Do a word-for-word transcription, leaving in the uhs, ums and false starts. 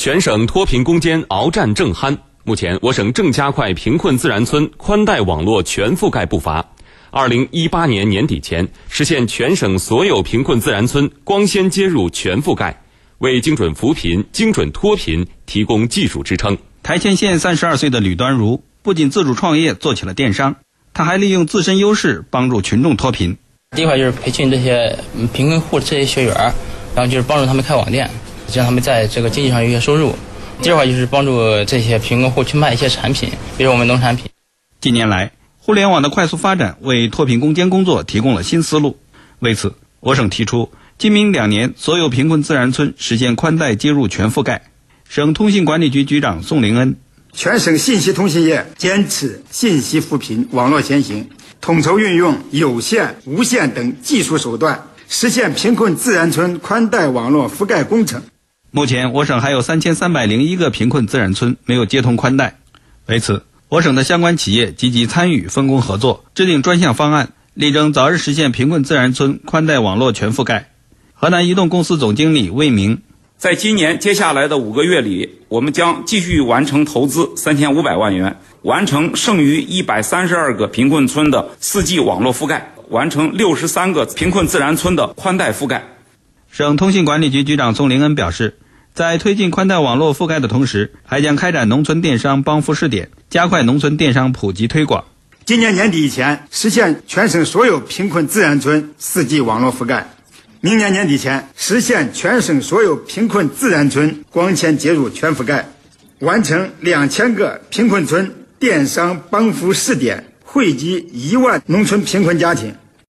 全省脱贫攻坚鏖战正酣，目前我省正加快贫困自然村宽带网络全覆盖步伐。二零一八年年底前，实现全省所有贫困自然村光纤接入全覆盖，为精准扶贫、精准脱贫提供技术支撑。 台前县三十二岁的吕端如不仅自主创业做起了电商，他还利用自身优势帮助群众脱贫。 第一块就是培训这些贫困户这些学员，然后就是帮助他们开网店，让他们在这个经济上有一些收入。第二块就是帮助这些贫困户去卖一些产品，比如我们农产品。 近年来，互联网的快速发展为脱贫攻坚工作提供了新思路。为此，我省提出今明两年所有贫困自然村实现宽带接入全覆盖。省通信管理局局长宋凌恩： 全省信息通信业坚持信息扶贫网络先行，统筹运用有线、无线等技术手段，实现贫困自然村宽带网络覆盖工程。 目前，我省还有三千三百零一个贫困自然村没有接通宽带。为此，我省的相关企业积极参与分工合作，制定专项方案，力争早日实现贫困自然村宽带网络全覆盖。河南移动公司总经理魏明： 在今年接下来的五个月里，我们将继续完成投资三千五百万元，完成剩余一百三十二个贫困村的 四 G 网络覆盖，完成六十三个贫困自然村的宽带覆盖。 省通信管理局局长宋凌恩表示，在推进宽带网络覆盖的同时，还将开展农村电商帮扶试点，加快农村电商普及推广。 今年年底以前实现全省所有贫困自然村 四 G 网络覆盖，明年年底前实现全省所有贫困自然村光纤接入全覆盖，完成两千个贫困村电商帮扶试点，惠及一万农村贫困家庭。